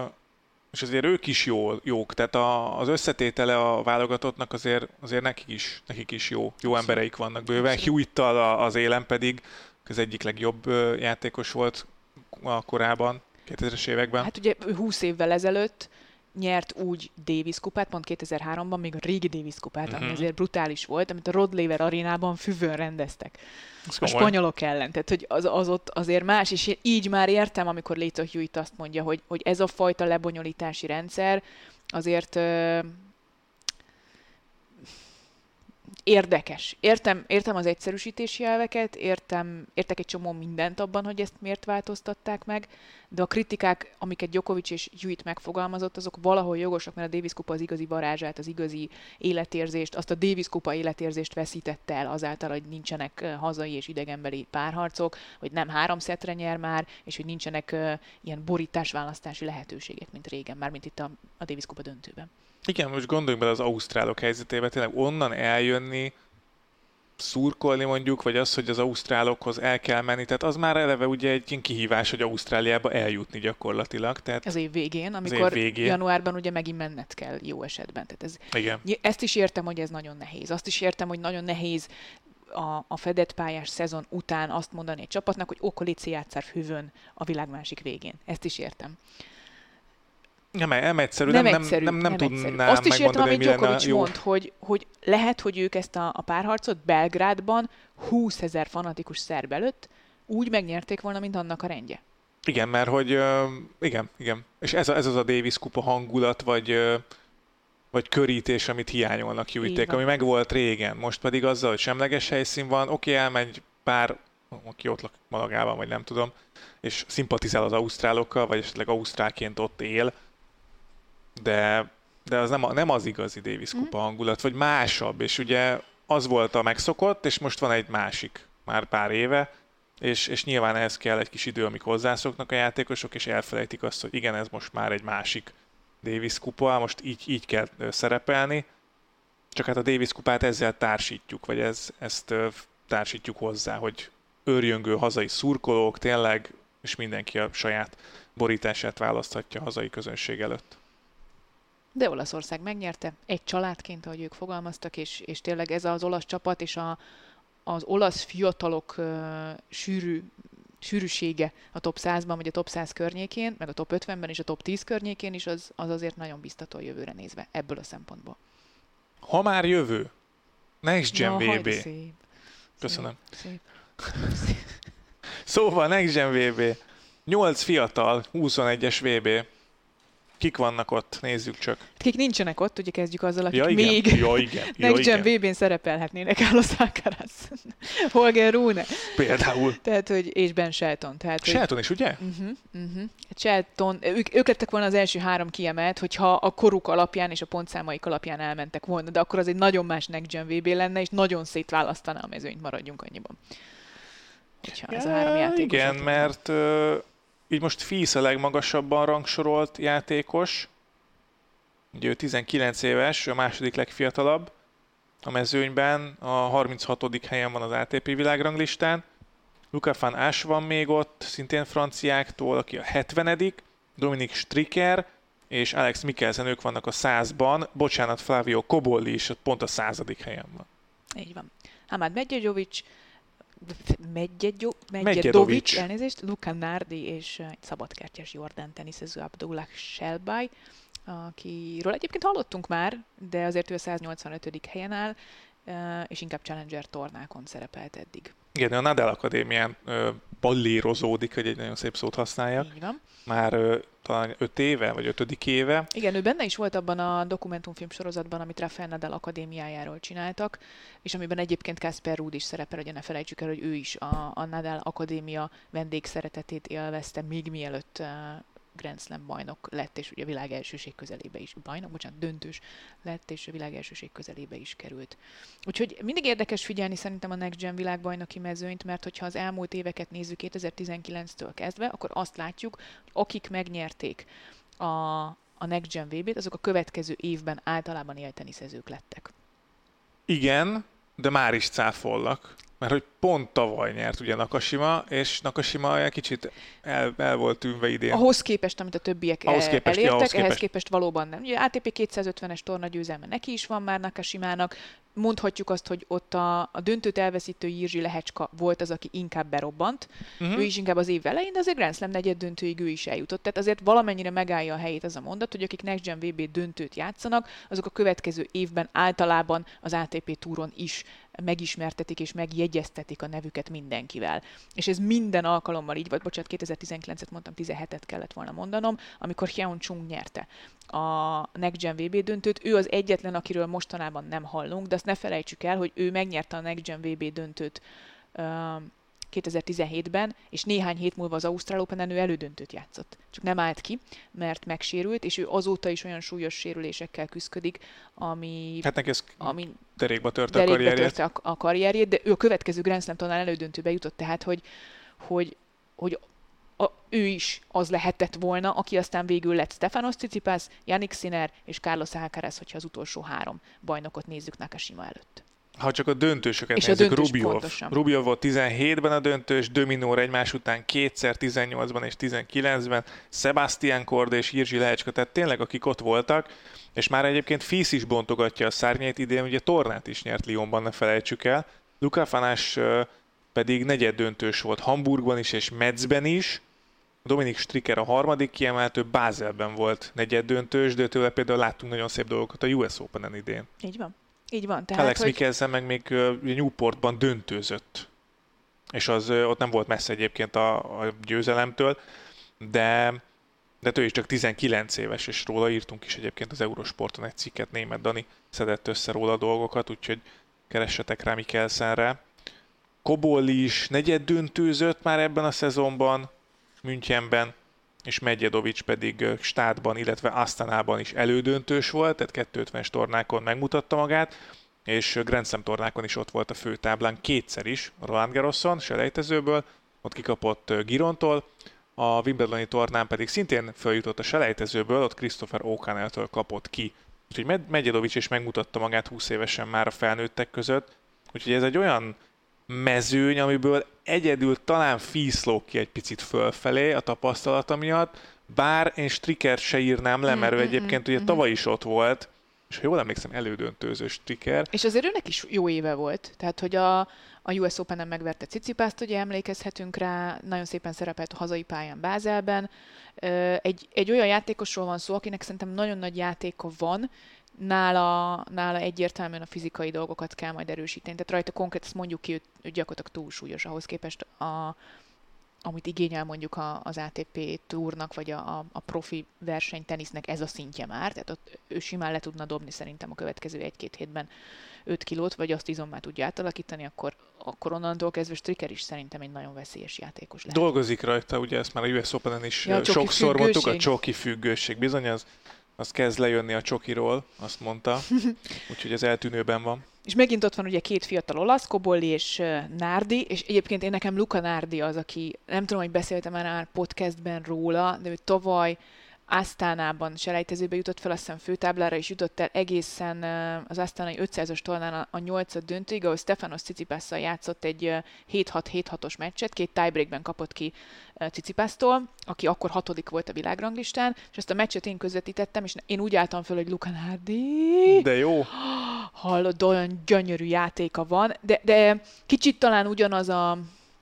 [SPEAKER 2] azért ők is jók, tehát az összetétele a válogatottnak azért nekik is jó embereik vannak bőven. Hewittal az élen pedig az egyik legjobb játékos volt a korában, 2000-es években.
[SPEAKER 3] Hát ugye 20 évvel ezelőtt nyert úgy Davis kupát, pont 2003-ban, még a régi Davis kupát, ami azért brutális volt, amit a Rod Laver arénában füvön rendeztek. A spanyolok ellen. Tehát, hogy az ott azért más, és így már értem, amikor Lleyton Hewitt azt mondja, hogy ez a fajta lebonyolítási rendszer azért érdekes. Értem az egyszerűsítési elveket, értek egy csomó mindent abban, hogy ezt miért változtatták meg, de a kritikák, amiket Djokovic és Hewitt megfogalmazott, azok valahol jogosak, mert a Davis kupa az igazi varázsát, az igazi életérzést, azt a Davis kupa életérzést veszítette el azáltal, hogy nincsenek hazai és idegenbeli párharcok, hogy nem 3 szettre nyer már, és hogy nincsenek ilyen borításválasztási lehetőségek, mint régen, mármint itt a Davis kupa döntőben.
[SPEAKER 2] Igen, most gondoljunk bele az ausztrálok helyzetébe, tényleg onnan eljönni, szurkolni mondjuk, vagy az, hogy az ausztrálokhoz el kell menni, tehát az már eleve ugye egy ilyen kihívás, hogy Ausztráliába eljutni gyakorlatilag. Tehát
[SPEAKER 3] az év végén, amikor januárban ugye megint menned kell jó esetben. Tehát
[SPEAKER 2] igen.
[SPEAKER 3] Ezt is értem, hogy ez nagyon nehéz. Azt is értem, hogy nagyon nehéz a fedett pályás szezon után azt mondani egy csapatnak, hogy okolici játszár hűvön a világ másik végén. Ezt is értem.
[SPEAKER 2] Nem egyszerű, nem tudnám
[SPEAKER 3] azt is értem, amit
[SPEAKER 2] Djokovic
[SPEAKER 3] mond, hogy lehet, hogy ők ezt a párharcot Belgrádban 20 000 fanatikus szerb előtt úgy megnyerték volna, mint annak a rendje.
[SPEAKER 2] Igen, mert hogy igen. És ez az a Davis kupa hangulat, vagy körítés, amit hiányolnak Juiték, ami megvolt régen. Most pedig azzal, hogy semleges helyszín van, oké, elmegy pár, aki ott lakik Malagában, vagy nem tudom, és szimpatizál az ausztrálokkal, vagy esetleg ausztrálként ott él, de az nem az igazi Davis kupa hangulat, vagy másabb, és ugye az volt a megszokott, és most van egy másik, már pár éve, és nyilván ehhez kell egy kis idő, amíg hozzászoknak a játékosok, és elfelejtik azt, hogy igen, ez most már egy másik Davis kupa, most így kell szerepelni, csak hát a Davis kupát ezzel társítjuk, vagy ezt társítjuk hozzá, hogy őrjöngő hazai szurkolók tényleg, és mindenki a saját borítását választhatja a hazai közönség előtt.
[SPEAKER 3] De Olaszország megnyerte, egy családként, ahogy ők fogalmaztak, és tényleg ez az olasz csapat, és az olasz fiatalok sűrűsége a top 100-ban, vagy a top 100 környékén, meg a top 50-ben és a top 10 környékén is, az azért nagyon biztató a jövőre nézve, ebből a szempontból.
[SPEAKER 2] Ha már jövő, Next Gen VB.
[SPEAKER 3] Szép.
[SPEAKER 2] Köszönöm.
[SPEAKER 3] Szép.
[SPEAKER 2] Szóval Next Gen VB. 8 fiatal, 21-es VB. Kik vannak ott? Nézzük csak.
[SPEAKER 3] Kik nincsenek ott, ugye kezdjük azzal, akik
[SPEAKER 2] igen.
[SPEAKER 3] még Next Gen VB-n szerepelhetnének. Carlos Alcaraz, Holger Rune.
[SPEAKER 2] Például.
[SPEAKER 3] Tehát, és Ben Shelton.
[SPEAKER 2] Shelton is, ugye?
[SPEAKER 3] Shelton, ők lettek volna az első 3 kiemelt, hogyha a koruk alapján és a pontszámaik alapján elmentek volna, de akkor az egy nagyon más Next Gen VB lenne, és nagyon szétválasztaná a mezőnyt, maradjunk annyiban. Ez a 3 játékos.
[SPEAKER 2] Igen, mert így most Fils a legmagasabban rangsorolt játékos. Ugye ő 19 éves, ő a második legfiatalabb a mezőnyben, a 36. helyen van az ATP világranglistán. Luca van Asch van még ott, szintén franciáktól, aki a 70. Dominik Stricker és Alex Mikkelsen, ők vannak a 100-ban. Bocsánat, Flavio Cobolli is pont a 100. helyen van.
[SPEAKER 3] Így van. Hamad Medjedovic, elnézést, Luka Nardi és egy szabadkártyás Jordan teniszező Abdullah Shelby, akiről egyébként hallottunk már, de azért ő a 185. helyen áll, és inkább Challenger tornákon szerepelt eddig.
[SPEAKER 2] Igen, a Nadal Akadémián ballérozódik, hogy egy nagyon szép szót használjak.
[SPEAKER 3] Így van.
[SPEAKER 2] Már talán 5 éve, vagy 5. éve.
[SPEAKER 3] Igen, ő benne is volt abban a dokumentumfilm sorozatban, amit Rafael Nadal Akadémiájáról csináltak, és amiben egyébként Casper Ruud is szerepel, hogy ne felejtsük el, hogy ő is a Nadal Akadémia vendégszeretetét élvezte, még mielőtt Grand Slam bajnok lett, és ugye a világ elsőség közelébe is, döntős lett, és a világ elsőség közelébe is került. Úgyhogy mindig érdekes figyelni szerintem a Next Gen világbajnoki mezőnyt, mert hogyha az elmúlt éveket nézzük 2019-től kezdve, akkor azt látjuk, hogy akik megnyerték a Next Gen VB-t, azok a következő évben általában élteniszezők lettek.
[SPEAKER 2] Igen, de már is cáfolnak. Mert hogy pont tavaly nyert ugye Nakashima, és Nakashima egy kicsit el volt tűnve idén.
[SPEAKER 3] Ahhoz képest, amit a többiek elértek, ehhez képest valóban nem. Ugye ATP 250-es tornagyőzelme neki is van már Nakashimának. Mondhatjuk azt, hogy ott a döntőt elveszítő Jiří Lehecska volt az, aki inkább berobbant. Ő is inkább az év elején, de azért Grand Slam negyed döntőig ő is eljutott. Tehát azért valamennyire megállja a helyét az a mondat, hogy akik Next Gen VB döntőt játszanak, azok a következő évben általában az ATP túron is megismertetik és megjegyeztetik a nevüket mindenkivel. És ez minden alkalommal így volt, 2019-et mondtam, 17-et kellett volna mondanom, amikor Hyeon Chung nyerte a Next Gen VB döntőt. Ő az egyetlen, akiről mostanában nem hallunk, de azt ne felejtsük el, hogy ő megnyerte a Next Gen VB döntőt 2017-ben, és néhány hét múlva az Ausztrál Openen ő elődöntőt játszott. Csak nem állt ki, mert megsérült, és ő azóta is olyan súlyos sérülésekkel küszködik, ami...
[SPEAKER 2] Hát neki ez derékba törte a
[SPEAKER 3] karrierjét, de ő a következő Grand Slam tornán elődöntőbe jutott, tehát hogy ő is az lehetett volna, aki aztán végül lett Stefanos Tsitsipas, Jannik Sinner és Carlos Alcaraz, hogyha az utolsó 3 bajnokot nézzük Nakashima előtt.
[SPEAKER 2] Ha csak a döntősöket
[SPEAKER 3] és
[SPEAKER 2] nézzük,
[SPEAKER 3] a döntős
[SPEAKER 2] Rubjov volt 17-ben a döntős, Dominor egymás után kétszer, 18-ban és 19-ben, Sebastian Korda és Jiří Lehečka, tehát tényleg akik ott voltak, és már egyébként Fis is bontogatja a szárnyait, idén ugye tornát is nyert Lyonban, ne felejtsük el. Luca Fanás pedig negyeddöntős volt Hamburgban is és Metzben is, Dominik Stricker a harmadik kiemeltő, Bázelben volt negyeddöntős, de tőle például láttunk nagyon szép dolgokat a US Open-en idén.
[SPEAKER 3] Így van. Így van. Tehát,
[SPEAKER 2] Alex Mikkelsen meg még Newportban döntőzött. És az ott nem volt messze egyébként a győzelemtől, de ő is csak 19 éves, és róla írtunk is egyébként az Eurosporton egy cikket, Németh Dani szedett össze róla dolgokat, úgyhogy keressetek rá Mikkelsenre. Kobolli is negyeddöntőzött már ebben a szezonban, Münchenben, és Medjedovics pedig Stádban, illetve Asztanában is elődöntős volt, tehát 250-es tornákon megmutatta magát, és Grand Slam tornákon is ott volt a főtáblán kétszer is, a Roland Garroson, selejtezőből, ott kikapott Girontól, a Wimbledoni tornán pedig szintén feljutott a selejtezőből, ott Christopher O'Connelltől kapott ki. Úgyhogy Medjedovics is megmutatta magát 20 évesen már a felnőttek között, úgyhogy ez egy olyan mezőny, amiből egyedül talán Fis lóg ki egy picit fölfelé a tapasztalata miatt, bár én Strickert se írnám le, mert ő egyébként ugye tavaly is ott volt, és ha jól emlékszem, elődöntőző Stricker.
[SPEAKER 3] És azért őnek is jó éve volt, tehát hogy a US Open-en megverte Tsitsipast, ugye emlékezhetünk rá, nagyon szépen szerepelt a hazai pályán Bázelben. Egy olyan játékosról van szó, akinek szerintem nagyon nagy játéka van, nála egyértelműen a fizikai dolgokat kell majd erősíteni. Tehát rajta konkrét, ezt mondjuk ki, ő gyakorlatilag túlsúlyos ahhoz képest, amit igényel mondjuk az ATP túrnak, vagy a profi versenytenisznek ez a szintje már. Tehát ott ő simán le tudna dobni szerintem a következő 1-2 hétben 5 kilót, vagy azt izommá tudja átalakítani, akkor onnantól kezdve Stricker is szerintem egy nagyon veszélyes játékos lehet.
[SPEAKER 2] Dolgozik rajta, ugye ezt már a US Open-en is sokszor mondtuk, a csoki függőség. Bizony, az kezd lejönni a csokiról, azt mondta, úgyhogy ez eltűnőben van.
[SPEAKER 3] És megint ott van ugye két fiatal olasz, Kobolli és Nardi, és egyébként én nekem Luca Nardi az, aki, nem tudom, hogy beszéltem már podcastben róla, de ő tavaly Asztánában selejtezőbe jutott fel, azt hiszem főtáblára is jutott el egészen az asztánai 500-as tornán a 8. döntőig, ahol Stefanos Tsitsipasszal játszott egy 7-6-7-6-os meccset, 2 tiebreakben kapott ki Tsitsipasztól, aki akkor 6. volt a világranglistán, és ezt a meccset én közvetítettem, és én úgy álltam föl, hogy Luca Nardi...
[SPEAKER 2] De jó!
[SPEAKER 3] Hallod, olyan gyönyörű játéka van, de kicsit talán ugyanaz a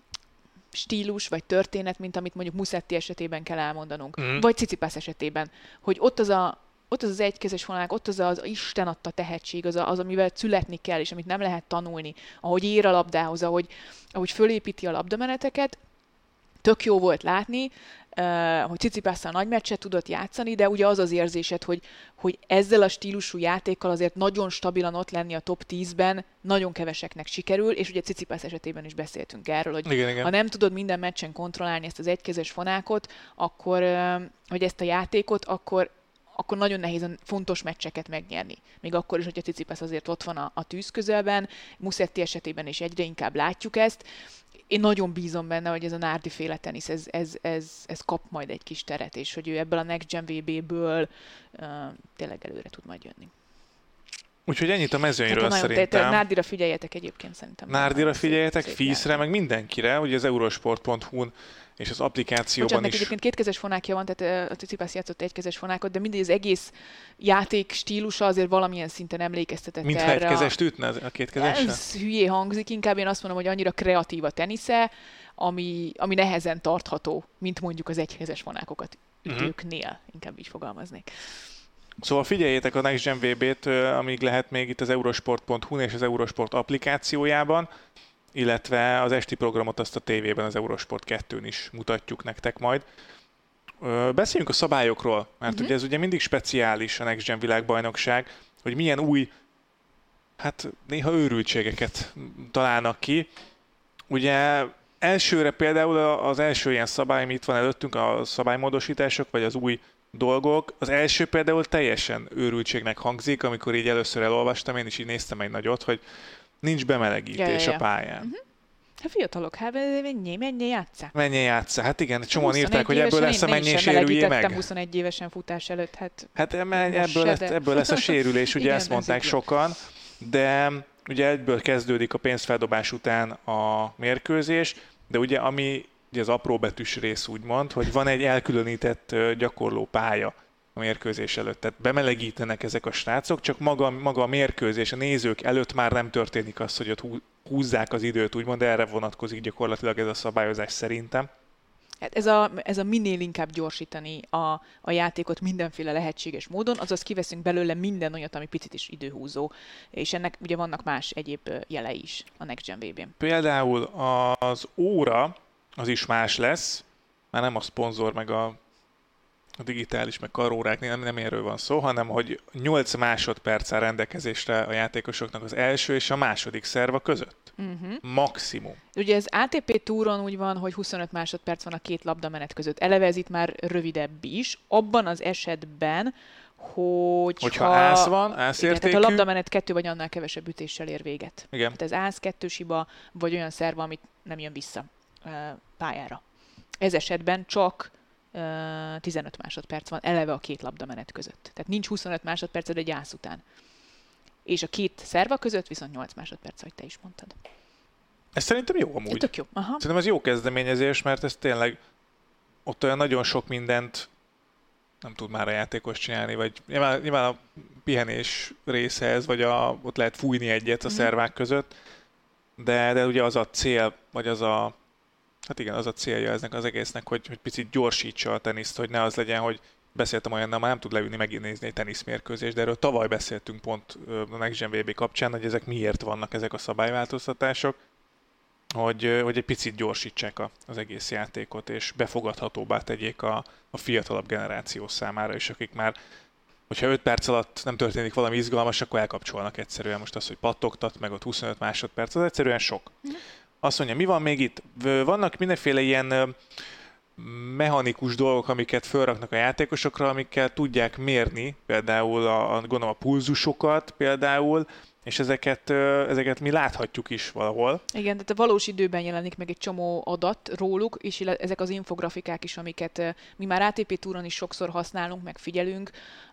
[SPEAKER 3] stílus vagy történet, mint amit mondjuk Musetti esetében kell elmondanunk, vagy Tsitsipas esetében, hogy ott az egykezes vonalák, ott az Isten adta tehetség, az, amivel születni kell, és amit nem lehet tanulni, ahogy ér a labdához, ahogy fölépíti a labdameneteket, tök jó volt látni, hogy Tsitsipasszal nagy meccset tudott játszani, de ugye az érzésed, hogy ezzel a stílusú játékkal azért nagyon stabilan ott lenni a top 10-ben nagyon keveseknek sikerül, és ugye Tsitsipas esetében is beszéltünk erről, hogy
[SPEAKER 2] igen.
[SPEAKER 3] Ha nem tudod minden meccsen kontrollálni ezt az egykezes fonákot, akkor, vagy ezt a játékot, akkor nagyon nehéz a fontos meccseket megnyerni. Még akkor is, hogyha Tsitsipas azért ott van a tűz közelben, Musetti esetében is egyre inkább látjuk ezt. Én nagyon bízom benne, hogy ez a Nardi féle tenisz, ez kap majd egy kis teret, és hogy ő ebből a Next Gen VB-ből tényleg előre tud majd jönni.
[SPEAKER 2] Úgyhogy ennyit a mezőnyről szerintem.
[SPEAKER 3] Nárdira figyeljetek egyébként szerintem.
[SPEAKER 2] Nárdira figyeljetek, Fisre, meg mindenkire, ugye az eurosport.hu-n és az applikációban is.
[SPEAKER 3] Egyébként kétkezes fonákja van, tehát a Tsitsipas játszott egykezes fonákot, de mindig az egész játék stílusa azért valamilyen szinten emlékeztetett
[SPEAKER 2] erre. Mintha egykezest ütne a kétkezesre?
[SPEAKER 3] Ez hülyé hangzik, inkább én azt mondom, hogy annyira kreatív a tenisze, ami nehezen tartható, mint mondjuk az egykezes fonákokat ütőknél, inkább így fogalmaznék.
[SPEAKER 2] Szóval figyeljétek a Next Gen VB-t, amíg lehet még itt az eurosport.hu-n és az Eurosport applikációjában, illetve az esti programot azt a tévében, az Eurosport 2-n is mutatjuk nektek majd. Beszéljünk a szabályokról, mert ugye ez ugye mindig speciális a Next Gen világbajnokság, hogy milyen új, hát néha őrültségeket találnak ki. Ugye elsőre például az első ilyen szabály, ami itt van előttünk, a szabálymódosítások, vagy az új dolgok. Az első például teljesen őrültségnek hangzik, amikor így először elolvastam, én is így néztem egy nagyot, hogy nincs bemelegítés a pályán.
[SPEAKER 3] Hát fiatalok, mennyi játsszál?
[SPEAKER 2] Mennyi játsszál? Hát igen, csomóan írták, hogy ebből lesz a mennyi sérüljé meg.
[SPEAKER 3] 21 évesen futás előtt.
[SPEAKER 2] Hát ebből lesz a sérülés, ugye
[SPEAKER 3] igen,
[SPEAKER 2] ezt mondták sokan, de ugye egyből kezdődik a pénzfeldobás után a mérkőzés, de ugye ami ugye az apróbetűs rész úgymond, hogy van egy elkülönített gyakorló pálya a mérkőzés előtt. Tehát bemelegítenek ezek a srácok, csak maga a mérkőzés, a nézők előtt már nem történik az, hogy ott húzzák az időt, úgymond, de erre vonatkozik gyakorlatilag ez a szabályozás szerintem.
[SPEAKER 3] Hát ez a minél inkább gyorsítani a játékot mindenféle lehetséges módon, azaz kiveszünk belőle minden olyat, ami picit is időhúzó, és ennek ugye vannak más egyéb jelei is a Next Gen VB-n.
[SPEAKER 2] Például az óra, az is más lesz, már nem a szponzor, meg a digitális, meg karórák, nem erről van szó, hanem hogy 8 másodperc áll rendelkezésre a játékosoknak az első és a második szerva között. Maximum.
[SPEAKER 3] Ugye az ATP túron úgy van, hogy 25 másodperc van a két labdamenet között. Eleve ez itt már rövidebb is. Abban az esetben,
[SPEAKER 2] hogyha ász van, ászértékű.
[SPEAKER 3] Tehát a labdamenet 2 vagy annál kevesebb ütéssel ér véget.
[SPEAKER 2] Igen.
[SPEAKER 3] Tehát ez ász, 2-s hiba, vagy olyan szerva, amit nem jön vissza pályára. Ez esetben csak 15 másodperc van eleve a két labdamenet között. Tehát nincs 25 másodperced egy ász után. És a két szerva között viszont 8 másodperc, ahogy te is mondtad.
[SPEAKER 2] Ez szerintem jó amúgy.
[SPEAKER 3] Tök jó. Aha.
[SPEAKER 2] Szerintem ez jó kezdeményezés, mert ez tényleg ott olyan nagyon sok mindent nem tud már a játékos csinálni, vagy nyilván a pihenés része ez, vagy ott lehet fújni egyet a szervák között, de ugye az a cél, vagy az a célja eznek az egésznek, hogy picit gyorsítsa a teniszt, hogy ne az legyen, hogy beszéltem olyannal, már nem tud leülni megnézni egy teniszmérkőzést, de erről tavaly beszéltünk pont a Next Gen VB kapcsán, hogy ezek miért vannak ezek a szabályváltoztatások, hogy egy picit gyorsítsák az egész játékot, és befogadhatóbbá tegyék a fiatalabb generáció számára, és akik már, hogyha 5 perc alatt nem történik valami izgalmas, akkor elkapcsolnak egyszerűen. Most az, hogy pattogtat, meg ott 25 másodperc, az egyszerűen sok. Azt mondja, mi van még itt? Vannak mindenféle ilyen mechanikus dolgok, amiket felraknak a játékosokra, amikkel tudják mérni, például gondolom a pulzusokat például, és ezeket mi láthatjuk is valahol.
[SPEAKER 3] Igen, tehát a valós időben jelenik meg egy csomó adat róluk, és ezek az infografikák is, amiket mi már ATP túron is sokszor használunk, meg figyelünk,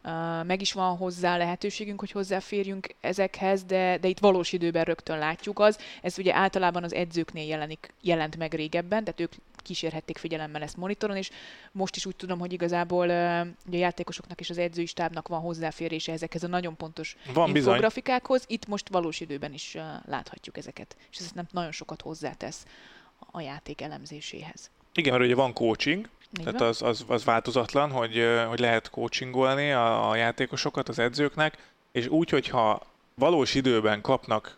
[SPEAKER 3] meg is van hozzá lehetőségünk, hogy hozzáférjünk ezekhez, de itt valós időben rögtön látjuk az. Ez ugye általában az edzőknél jelent meg régebben, tehát ők kísérhették figyelemmel ezt monitoron, és most is úgy tudom, hogy igazából ugye a játékosoknak és az edzői stábnak van hozzáférése ezekhez a nagyon pontos infografikákhoz. Itt most valós időben is láthatjuk ezeket, és ez nem nagyon sokat hozzátesz a játék elemzéséhez.
[SPEAKER 2] Igen, mert ugye van coaching, tehát az változatlan, hogy lehet coachingolni a játékosokat, az edzőknek, és úgy, hogyha valós időben kapnak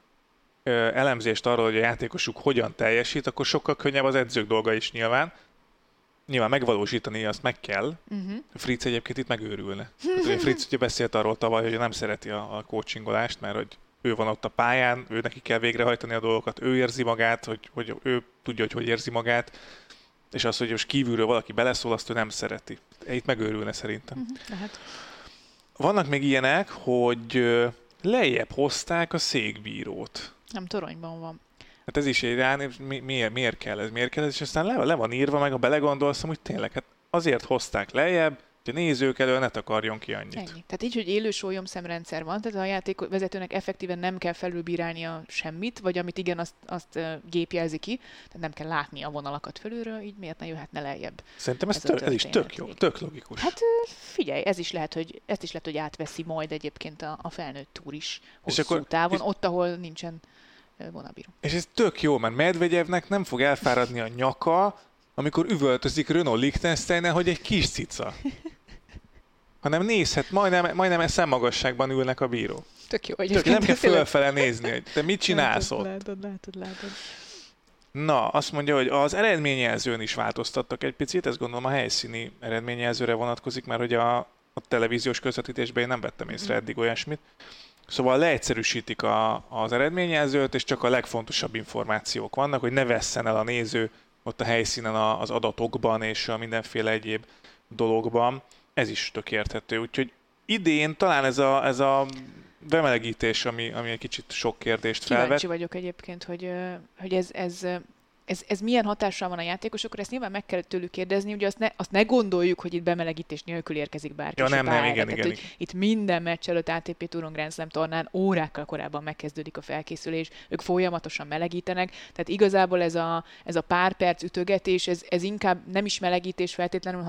[SPEAKER 2] elemzést arról, hogy a játékosuk hogyan teljesít, akkor sokkal könnyebb az edzők dolga is nyilván. Nyilván megvalósítani azt meg kell. Fritz egyébként itt megőrülne. Hát, Fritz ugye beszélt arról tavaly, hogy nem szereti a coachingolást, mert hogy ő van ott a pályán, ő neki kell végrehajtani a dolgokat, ő érzi magát, hogy ő tudja, hogy érzi magát, és az, hogy most kívülről valaki beleszól, azt ő nem szereti. Itt megőrülne szerintem.
[SPEAKER 3] Lehet.
[SPEAKER 2] Vannak még ilyenek, hogy lejjebb hozták a székbírót.
[SPEAKER 3] Nem, toronyban van.
[SPEAKER 2] Hát ez is egy miért kell ez, és aztán le van írva, meg ha belegondolsz, hogy tényleg, hát azért hozták lejjebb, hogy a nézők elől ne takarjon ki annyit.
[SPEAKER 3] Ennyi. Tehát így, hogy élő sólyomszemrendszer van, tehát a játékvezetőnek effektíven nem kell felülbírálnia semmit, vagy amit igen, azt gép jelzi ki, tehát nem kell látni a vonalakat fölülről, így miért ne jöhetne lejjebb.
[SPEAKER 2] Szerintem ez is tök jó, tök logikus.
[SPEAKER 3] Hát figyelj, ezt is lehet, hogy átveszi majd egyébként a felnőtt túr is hosszú távon, ott, ahol nincsen vonalbíró.
[SPEAKER 2] És ez tök jó, mert Medvegyevnek nem fog elfáradni a nyaka, amikor üvöltözik Renaud Liechtensteinen, hogy egy kis cica. Hanem nézhet, majdnem szemmagasságban ülnek a bíró.
[SPEAKER 3] Tök jó, hogy
[SPEAKER 2] nem kell fölfele nézni, hogy te mit csinálsz ott.
[SPEAKER 3] Látod.
[SPEAKER 2] Na, azt mondja, hogy az eredményjelzőn is változtattak egy picit, ez gondolom a helyszíni eredményjelzőre vonatkozik, mert hogy a televíziós közvetítésben én nem vettem észre eddig olyasmit. Szóval leegyszerűsítik az eredményjelzőt, és csak a legfontosabb információk vannak, hogy ne vesszen el a néző ott a helyszínen az adatokban és a mindenféle egyéb dologban. Ez is tök érthető. Úgyhogy idén talán ez a bemelegítés, ami egy kicsit sok kérdést felvet.
[SPEAKER 3] Kíváncsi vagyok egyébként, hogy ez ez milyen hatással van a játékosokra, ezt nyilván meg kell tőlük kérdezni, ugye azt ne gondoljuk, hogy itt bemelegítés nélkül érkezik bárki.
[SPEAKER 2] Ja, nem, igen.
[SPEAKER 3] Itt minden meccs előtt ATP Touron Grand Slam tornán órákkal korábban megkezdődik a felkészülés, ők folyamatosan melegítenek, tehát igazából ez a pár perc ütögetés, ez inkább nem is melegítés feltétlenül,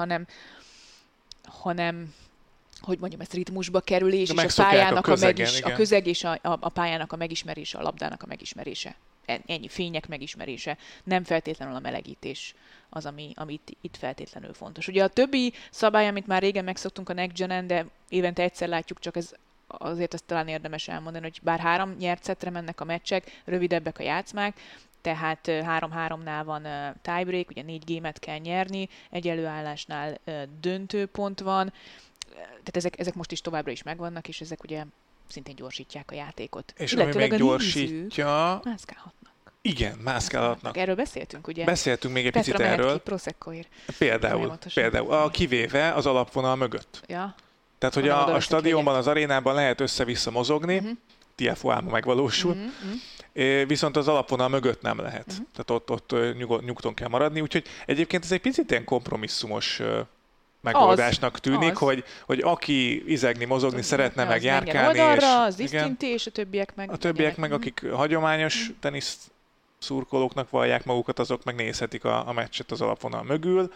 [SPEAKER 3] hanem hogy mondjam, ez ritmusba kerülés, és a pályának a közeg és a pályának a megismerése, a labdának a megismerése. Ennyi, fények megismerése. Nem feltétlenül a melegítés az, ami itt feltétlenül fontos. Ugye a többi szabály, amit már régen megszoktunk a Next Gen-en, de évente egyszer látjuk, csak ez azért azt talán érdemes elmondani, hogy bár 3 nyert szettre mennek a meccsek, rövidebbek a játszmák, tehát 3-3-nál van tiebreak, ugye 4 gémet kell nyerni, egyenlő állásnál döntőpont van, tehát ezek most is továbbra is megvannak, és ezek ugye szintén gyorsítják a játékot.
[SPEAKER 2] És ami még gyorsítja...
[SPEAKER 3] Mászkálhatnak.
[SPEAKER 2] Igen, mászkálhatnak.
[SPEAKER 3] Erről beszéltünk, ugye?
[SPEAKER 2] Beszéltünk még egy picit erről.
[SPEAKER 3] Proseccoért.
[SPEAKER 2] Például. Kivéve az alapvonal mögött.
[SPEAKER 3] Ja.
[SPEAKER 2] Tehát, hogy a stadionban, az arénában lehet össze-vissza mozogni, TFO álma megvalósul, viszont az alapvonal mögött nem lehet. Tehát ott nyugton kell maradni, úgyhogy egyébként ez egy picit ilyen kompromisszumos megoldásnak tűnik, hogy aki izegni, mozogni szeretne, meg járkálni.
[SPEAKER 3] Oldalra, az disztinti, és a többiek meg...
[SPEAKER 2] A többiek meg, akik hagyományos tenisz szurkolóknak vallják magukat, azok meg nézhetik a meccset az alapvonal mögül.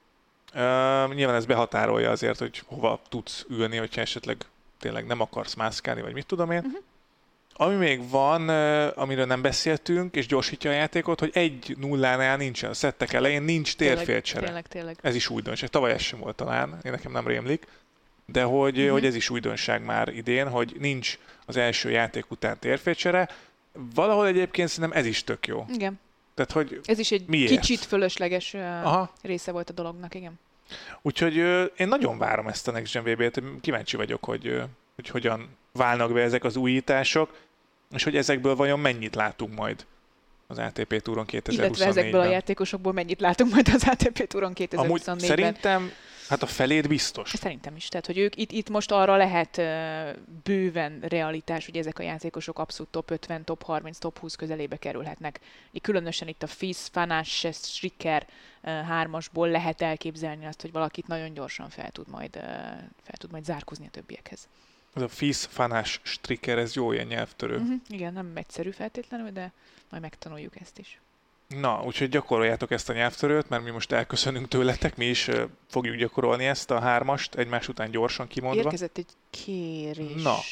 [SPEAKER 2] Nyilván ez behatárolja azért, hogy hova tudsz ülni, hogyha esetleg tényleg nem akarsz mászkálni, vagy mit tudom én. Ami még van, amiről nem beszéltünk, és gyorsítja a játékot, hogy 1-0-nál nincsen, a szettek elején nincs térfélcsere.
[SPEAKER 3] Tényleg.
[SPEAKER 2] Ez is újdonság. Tavaly ez sem volt talán, nekem nem rémlik, de hogy ez is újdonság már idén, hogy nincs az első játék után térfélcsere. Valahol egyébként szerintem ez is tök jó.
[SPEAKER 3] Igen.
[SPEAKER 2] Tehát, hogy
[SPEAKER 3] ez is egy kicsit fölösleges része volt a dolognak, igen.
[SPEAKER 2] Úgyhogy én nagyon várom ezt a Next Gen VB-t, kíváncsi vagyok, hogy hogyan válnak be ezek az újítások, és hogy ezekből vajon mennyit látunk majd az ATP Touron 2024-ben.
[SPEAKER 3] Illetve ezekből a játékosokból mennyit látunk majd az ATP Touron 2024-ben.
[SPEAKER 2] Amúgy szerintem, hát a felét biztos.
[SPEAKER 3] Szerintem is. Tehát, hogy ők itt most arra lehet bőven realitás, hogy ezek a játékosok abszolút top 50, top 30, top 20 közelébe kerülhetnek. Különösen itt a FIS, Fanas, Stricker 3-asból lehet elképzelni azt, hogy valakit nagyon gyorsan fel tud majd zárkózni a többiekhez.
[SPEAKER 2] Ez a FIS, Fanas, Stricker, ez jó ilyen nyelvtörő.
[SPEAKER 3] Igen, nem egyszerű feltétlenül, de majd megtanuljuk ezt is.
[SPEAKER 2] Na, úgyhogy gyakoroljátok ezt a nyelvtörőt, mert mi most elköszönünk tőletek, mi is fogjuk gyakorolni ezt a 3-ast, egymás után gyorsan kimondva.
[SPEAKER 3] Érkezett egy kérés.
[SPEAKER 2] Na,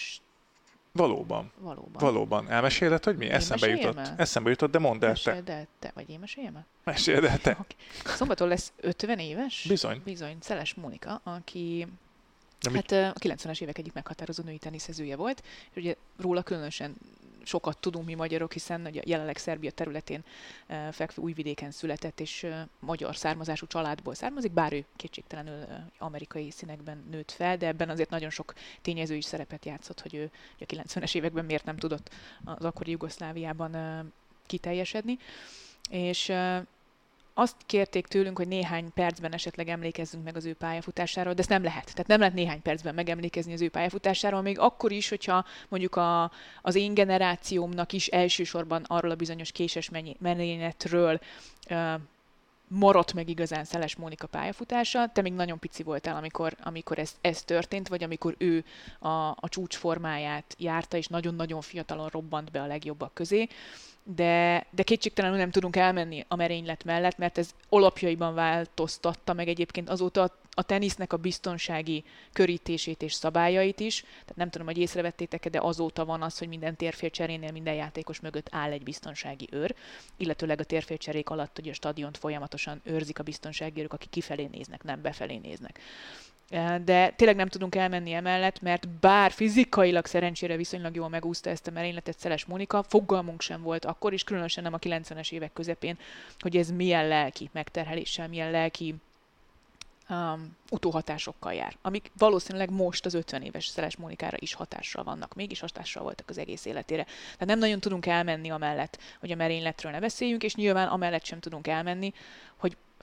[SPEAKER 2] valóban. Elmeséled, hogy mi? Eszembe jutott, de mondd el te.
[SPEAKER 3] Meséld el te, vagy én meséljem el?
[SPEAKER 2] Meséld el te.
[SPEAKER 3] Okay. Szombaton lesz 50 éves.
[SPEAKER 2] Bizony.
[SPEAKER 3] Szeles Mónika, aki a 90-es évek egyik meghatározó női teniszezője volt, és ugye róla különösen sokat tudunk mi magyarok, hiszen ugye jelenleg Szerbia területén fekvő Újvidéken született, és magyar származású családból származik, bár ő kétségtelenül amerikai színekben nőtt fel, de ebben azért nagyon sok tényező is szerepet játszott, hogy ő a 90-es években miért nem tudott az akkori Jugoszláviában kiteljesedni. És azt kérték tőlünk, hogy néhány percben esetleg emlékezzünk meg az ő pályafutásáról, de ezt nem lehet. Tehát nem lehet néhány percben megemlékezni az ő pályafutásáról, még akkor is, hogyha mondjuk az én generációmnak is elsősorban arról a bizonyos késes merényletről maradt meg igazán Szeles Mónika pályafutása. Te még nagyon pici voltál, amikor ez történt, vagy amikor ő a csúcsformáját járta, és nagyon-nagyon fiatalon robbant be a legjobbak közé. De kétségtelenül nem tudunk elmenni a merénylet mellett, mert ez alapjaiban változtatta meg egyébként azóta a tenisznek a biztonsági körítését és szabályait is. Tehát nem tudom, hogy észrevettétek, de azóta van az, hogy minden térfélcserénél minden játékos mögött áll egy biztonsági őr, illetőleg a térfélcserék alatt, hogy a stadiont folyamatosan őrzik a biztonsági őrök, akik kifelé néznek, nem befelé néznek. De tényleg nem tudunk elmenni emellett, mert bár fizikailag szerencsére viszonylag jól megúszta ezt a merényletet Szeles Mónika, fogalmunk sem volt akkor, és különösen nem a 90-es évek közepén, hogy ez milyen lelki megterheléssel, milyen lelki utóhatásokkal jár, amik valószínűleg most az 50 éves Szeles Mónikára is hatással vannak, mégis hatással voltak az egész életére. Tehát nem nagyon tudunk elmenni amellett, hogy a merényletről ne beszéljünk, és nyilván amellett sem tudunk elmenni, hogy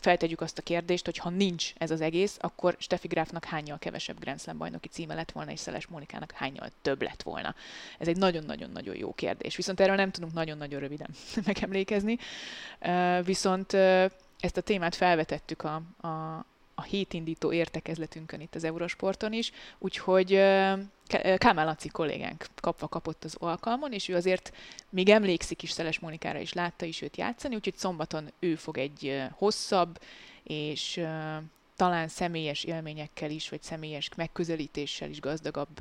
[SPEAKER 3] feltegyük azt a kérdést, hogy ha nincs ez az egész, akkor Steffi Grafnak hánnyal kevesebb Grand Slam bajnoki címe lett volna, és Szeles Mónikának hánnyal több lett volna. Ez egy nagyon-nagyon-nagyon jó kérdés. Viszont erről nem tudunk nagyon-nagyon röviden megemlékezni. Viszont ezt a témát felvetettük a hétindító értekezletünkön itt az Eurosporton is, úgyhogy Kálmán Laci kollégánk kapott az alkalmon, és ő azért még emlékszik is Szeles Mónikára, és látta is őt játszani, úgyhogy szombaton ő fog egy hosszabb, és talán személyes élményekkel is, vagy személyes megközelítéssel is gazdagabb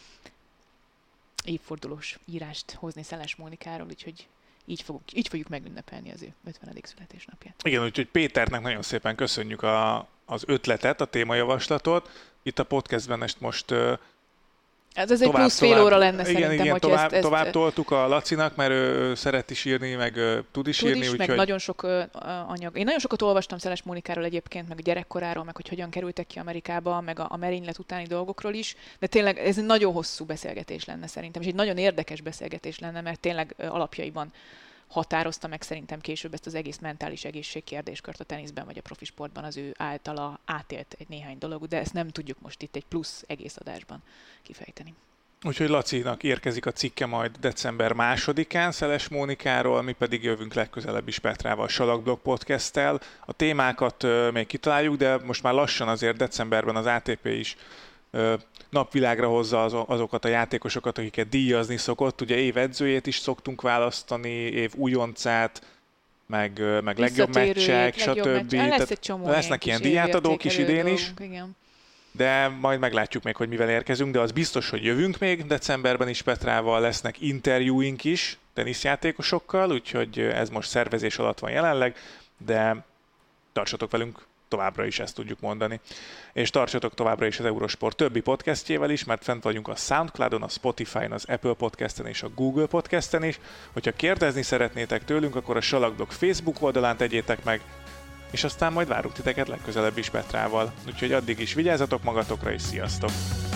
[SPEAKER 3] évfordulós írást hozni Szeles Mónikáról, úgyhogy így fogjuk megünnepelni az ő 50. születésnapját.
[SPEAKER 2] Igen, úgyhogy Péternek nagyon szépen köszönjük az ötletet, a témajavaslatot. Itt a podcastben ezt most
[SPEAKER 3] ez egy plusz fél óra lenne szerintem,
[SPEAKER 2] igen,
[SPEAKER 3] hogy
[SPEAKER 2] tovább toltuk a Lacinak, mert ő szeret is írni, meg tud is írni.
[SPEAKER 3] Meg nagyon sok anyag. Én nagyon sokat olvastam Szeles Mónikáról egyébként, meg a gyerekkoráról, meg hogy hogyan kerültek ki Amerikába, meg a merénylet utáni dolgokról is, de tényleg ez egy nagyon hosszú beszélgetés lenne szerintem, és egy nagyon érdekes beszélgetés lenne, mert tényleg alapjaiban határozta meg szerintem később ezt az egész mentális egészség kérdéskört a teniszben vagy a profi sportban, az ő általa átélt egy néhány dolog, de ezt nem tudjuk most itt egy plusz egész adásban kifejteni.
[SPEAKER 2] Úgyhogy Lacinak érkezik a cikke majd december 2-án Szeles Mónikáról, mi pedig jövünk legközelebb is Petrával, Salakblog Podcasttel. A témákat még kitaláljuk, de most már lassan azért decemberben az ATP is napvilágra hozza azokat a játékosokat, akiket díjazni szokott. Ugye év edzőjét is szoktunk választani, év újoncát, meg legjobb meccsek, stb. Lesznek ilyen díjátadók is idén is,
[SPEAKER 3] igen.
[SPEAKER 2] De majd meglátjuk még, hogy mivel érkezünk, de az biztos, hogy jövünk még decemberben is Petrával, lesznek interjúink is teniszjátékosokkal, úgyhogy ez most szervezés alatt van jelenleg, de tartsatok velünk, továbbra is ezt tudjuk mondani. És tartsatok továbbra is az Eurosport többi podcastjével is, mert fent vagyunk a Soundcloudon, a Spotify-on, az Apple Podcasten és a Google Podcasten is. Hogyha kérdezni szeretnétek tőlünk, akkor a Salakblog Facebook oldalán tegyétek meg, és aztán majd várunk titeket legközelebb is Petrával. Úgyhogy addig is vigyázzatok magatokra, és sziasztok!